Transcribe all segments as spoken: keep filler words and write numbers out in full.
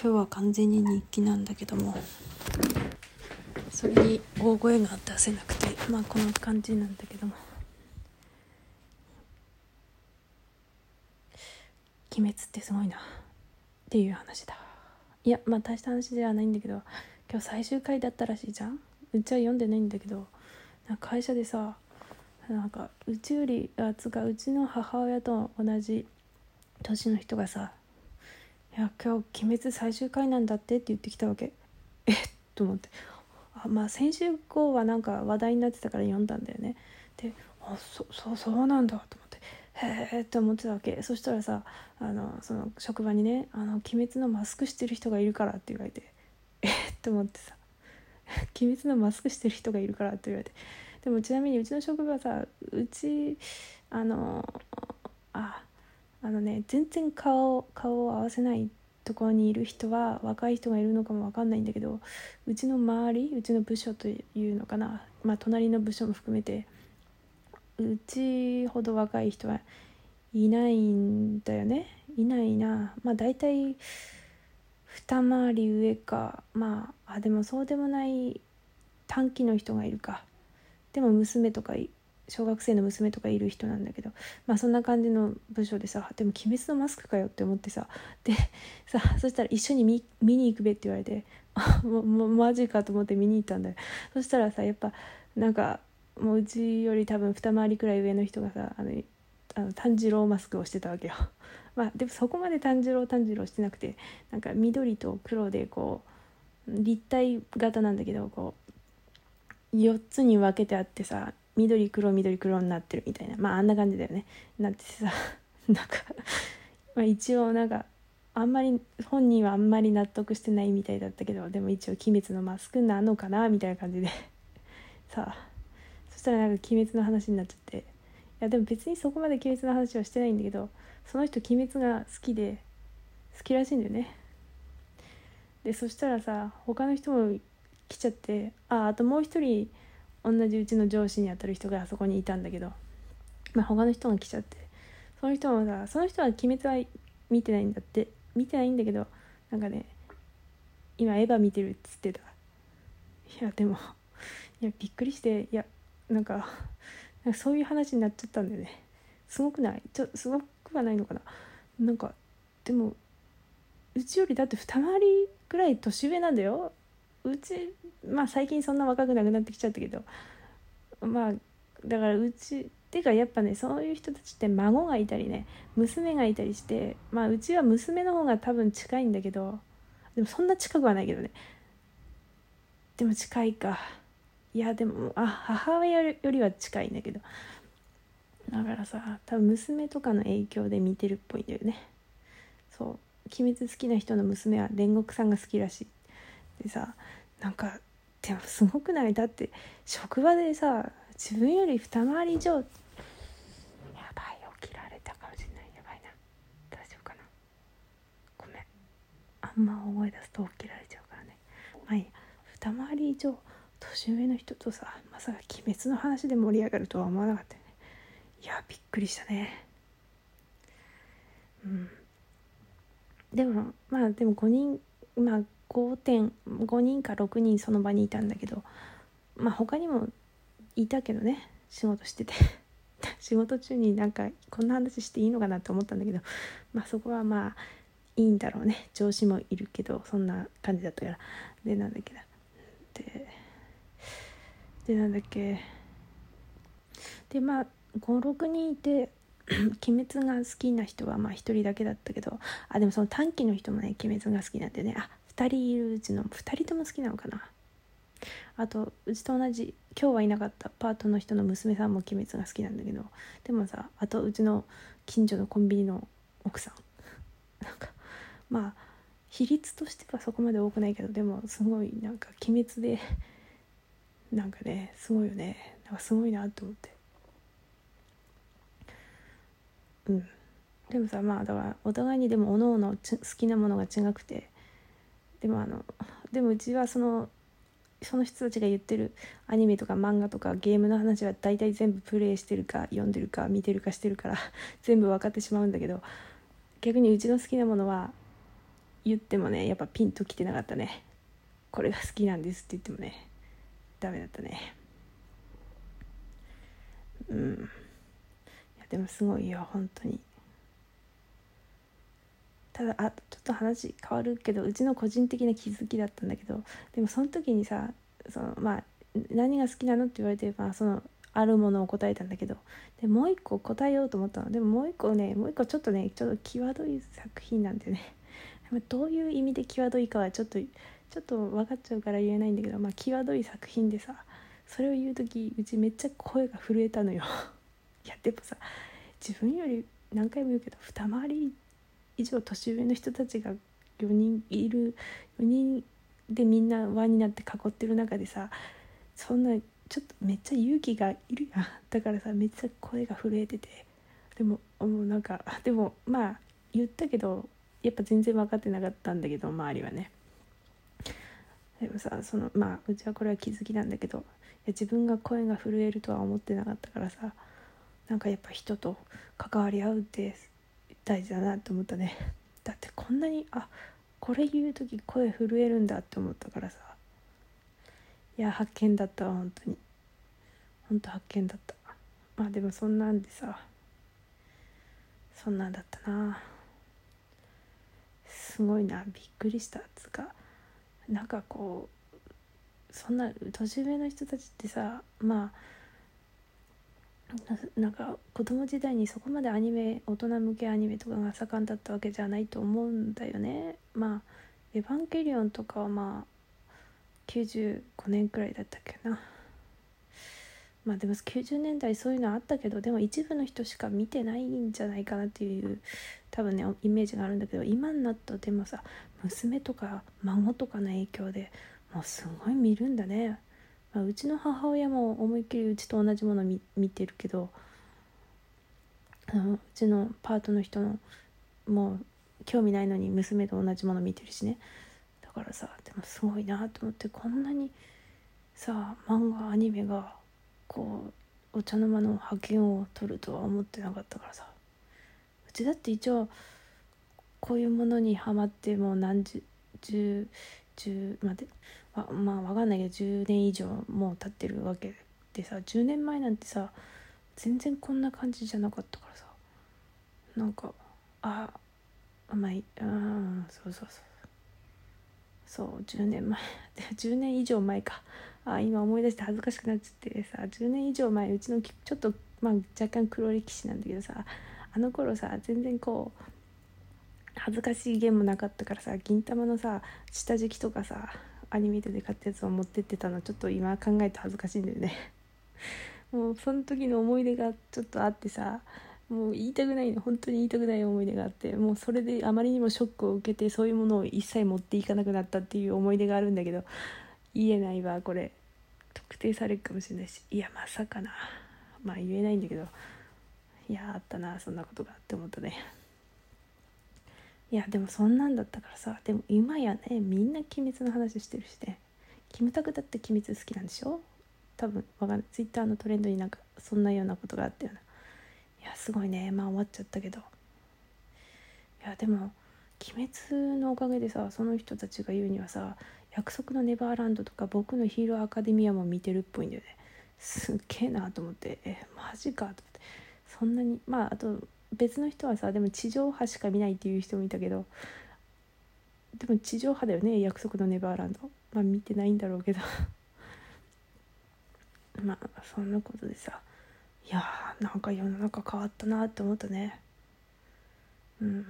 今日は完全に日記なんだけども、それに大声が出せなくて、まあこの感じなんだけども、鬼滅ってすごいなっていう話だ。いや、まあ大した話ではないんだけど、今日最終回だったらしいじゃん。うちは読んでないんだけど、なんか会社でさ、なんかうちよりあつかうちの母親と同じ年の人がさ、いや今日鬼滅最終回なんだってって言ってきたわけ。えっと思って、あまあ先週号はなんか話題になってたから読んだんだよね。で、あそそうそうなんだと思って、へえって思ってたわけ。そしたらさ、あのその職場にね、あの鬼滅のマスクしてる人がいるからって言われて、えっと思ってさ、鬼滅のマスクしてる人がいるからって言われて、でもちなみにうちの職場はさ、うちあのああのね全然顔顔を合わせないところにいる人は若い人がいるのかも分かんないんだけど、うちの周り、うちの部署というのかな、まあ隣の部署も含めてうちほど若い人はいないんだよね。いないな。まあ大体二回り上か、まああでもそうでもない短期の人がいるか。でも娘とか小学生の娘とかいる人なんだけど、まあそんな感じの部署でさ、でも鬼滅のマスクかよって思ってさ、でさ、そしたら一緒に 見, 見に行くべって言われて、ももマジかと思って見に行ったんだよ。そしたらさ、やっぱなんかもううちより多分二回りくらい上の人がさ、あのあの炭治郎マスクをしてたわけよ。まあでもそこまで炭治郎炭治郎してなくて、なんか緑と黒でこう立体型なんだけど、こうよっつに分けてあってさ、緑黒緑黒になってるみたいな、まああんな感じだよね。なってさ、なんかまあ一応なんかあんまり本人はあんまり納得してないみたいだったけど、でも一応鬼滅のマスクなのかなみたいな感じでさあ、そしたらなんか鬼滅の話になっちゃって、いやでも別にそこまで鬼滅の話はしてないんだけど、その人鬼滅が好きで好きらしいんだよね。でそしたらさ、他の人も来ちゃって、ああともう一人同じうちの上司にあたる人があそこにいたんだけど、まあ他の人が来ちゃって、その人もさ、その人は鬼滅は見てないんだって見てないんだけど、なんかね今エヴァ見てるっつってた。いやでもいやびっくりして、いやなんかなんかそういう話になっちゃったんだよね。すごくない？ちょすごくはないのかな。なんかでもうちよりだって二回りぐらい年上なんだよ。うちまあ最近そんな若くなくなってきちゃったけど、まあだからうちてかやっぱね、そういう人たちって孫がいたりね、娘がいたりして、まあうちは娘の方が多分近いんだけど、でもそんな近くはないけどね。でも近いか。いやでもあ母親よりは近いんだけど、だからさ、多分娘とかの影響で見てるっぽいんだよね。そう、鬼滅好きな人の娘は煉獄さんが好きらしい。でさ、なんかでもすごくない？だって職場でさ、自分より二回り以上、やばい、起きられたかもしれない。やばいな、大丈夫かな、ごめん、あんま大声出すと起きられちゃうからね。まあいいや、二回り以上年上の人とさ、まさか鬼滅の話で盛り上がるとは思わなかったよね。いやびっくりしたね。うんでもまあでもごにん、まあごてんごにんかろくにんその場にいたんだけど、まあ他にもいたけどね、仕事してて仕事中になんかこんな話していいのかなって思ったんだけど、まあそこはまあいいんだろうね。上司もいるけどそんな感じだったから。でなんだっけなででなんだっけでまあごろくにんいて鬼滅が好きな人はまあひとりだけだったけど、あでもその短期の人もね鬼滅が好きなんでね、あふたりいるうちのふたりとも好きなのかな。あとうちと同じ今日はいなかったパートの人の娘さんも鬼滅が好きなんだけど、でもさ、あとうちの近所のコンビニの奥さん、なんかまあ比率としてはそこまで多くないけど、でもすごいなんか鬼滅でなんかねすごいよね。なんかすごいなと思って。うんでもさ、まあだからお互いにでもおのおの好きなものが違くて、でもあのでもうちはそのその人たちが言ってるアニメとか漫画とかゲームの話は大体全部プレイしてるか読んでるか見てるかしてるから全部分かってしまうんだけど、逆にうちの好きなものは言ってもねやっぱピンときてなかったね。これが好きなんですって言ってもねダメだったね。うん。いやでもすごいよ本当に。ただあちょっと話変わるけどうちの個人的な気づきだったんだけど、でもその時にさそのまあ何が好きなのって言われて、まあ、そのあるものを答えたんだけど、でもう一個答えようと思ったの。でももう一個ねもう一個ちょっとねちょっと際どい作品なんでねどういう意味で際どいかはちょっとちょっと分かっちゃうから言えないんだけど、まあ際どい作品でさ、それを言う時うちめっちゃ声が震えたのよいやでもさ自分より何回も言うけど二回り以上年上の人たちがよにんいる、よにんでみんな輪になって囲ってる中でさ、そんなちょっとめっちゃ勇気がいるやん。だからさめっちゃ声が震えてて、でももうなんかでもまあ言ったけどやっぱ全然分かってなかったんだけど周りはね。でもさそのまあうちはこれは気づきなんだけど、いや自分が声が震えるとは思ってなかったからさ、なんかやっぱ人と関わり合うって大事だなって思ったね。だってこんなにあこれ言う時声震えるんだって思ったからさ、いや発見だったわ本当に。本当発見だった。まあでもそんなんでさそんなんだったな。すごいな、びっくりしたつか、なんかこうそんな年上の人たちってさ、まあなんか子供時代にそこまでアニメ大人向けアニメとかが盛んだったわけじゃないと思うんだよね。まあエヴァンゲリオンとかはまあきゅうじゅうごねんくらいだったっけな。まあでもきゅうじゅうねんだいそういうのあったけど、でも一部の人しか見てないんじゃないかなっていう多分ねイメージがあるんだけど、今になったらでもさ娘とか孫とかの影響でもうすごい見るんだね。まあ、うちの母親も思いっきりうちと同じもの 見, 見てるけど、あのうちのパートの人のもう興味ないのに娘と同じもの見てるしね。だからさでもすごいなと思って、こんなにさ漫画アニメがこうお茶の間の覇権を取るとは思ってなかったからさ、うちだって一応こういうものにハマってもう何十十十までままあ分かんないけどじゅうねん以上もう経ってるわけでさ、じゅうねんまえなんてさ全然こんな感じじゃなかったからさ、なんかあまあうんそうそうそうそうじゅうねんまえじゅうねん以上前か、あ今思い出して恥ずかしくなっちゃってさ、じゅうねん以上前うちのちょっとまあ若干黒歴史なんだけどさ、あの頃さ全然こう恥ずかしいゲームもなかったからさ、銀玉のさ下敷きとかさアニメで買ったやつを持ってってたのちょっと今考えて恥ずかしいんだよねもうその時の思い出がちょっとあってさ、もう言いたくないの本当に言いたくない思い出があって、もうそれであまりにもショックを受けてそういうものを一切持っていかなくなったっていう思い出があるんだけど、言えないわこれ、特定されるかもしれないし、いやまさかな、まあ言えないんだけど、いやあったなそんなことがって思ったね。いやでもそんなんだったからさ、でも今やねみんな鬼滅の話してるしね、キムタクだって鬼滅好きなんでしょ多分わかんない、ツイッターのトレンドになんかそんなようなことがあったような。いやすごいね、まあ終わっちゃったけど、いやでも鬼滅のおかげでさ、その人たちが言うにはさ約束のネバーランドとか僕のヒーローアカデミアも見てるっぽいんだよね。すっげえなと思って、えマジかと思って、そんなにまああと別の人はさでも地上波しか見ないっていう人もいたけど、でも地上波だよね約束のネバーランド、まあ見てないんだろうけどまあそんなことでさ、いやーなんか世の中変わったなって思ったね。うん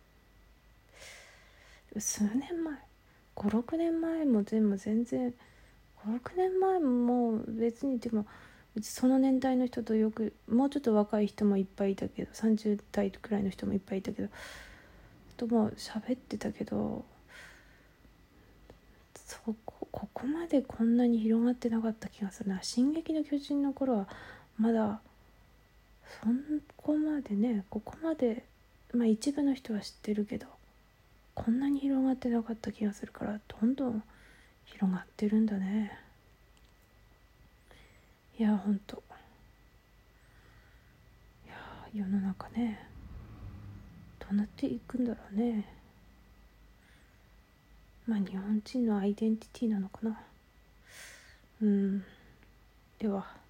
数年前ごろくねんまえも全部全然ごろくねんまえも別にでもうちその年代の人とよくもうちょっと若い人もいっぱいいたけどさんじゅう代くらいの人もいっぱいいたけどとも喋ってたけど、そこここまでこんなに広がってなかった気がするな。進撃の巨人の頃はまだそこまでね、ここまでまあ一部の人は知ってるけどこんなに広がってなかった気がするから、どんどん広がってるんだね。いやほんと、いや世の中ねどうなっていくんだろうね。 まあ日本人のアイデンティティなのかな。うん。では。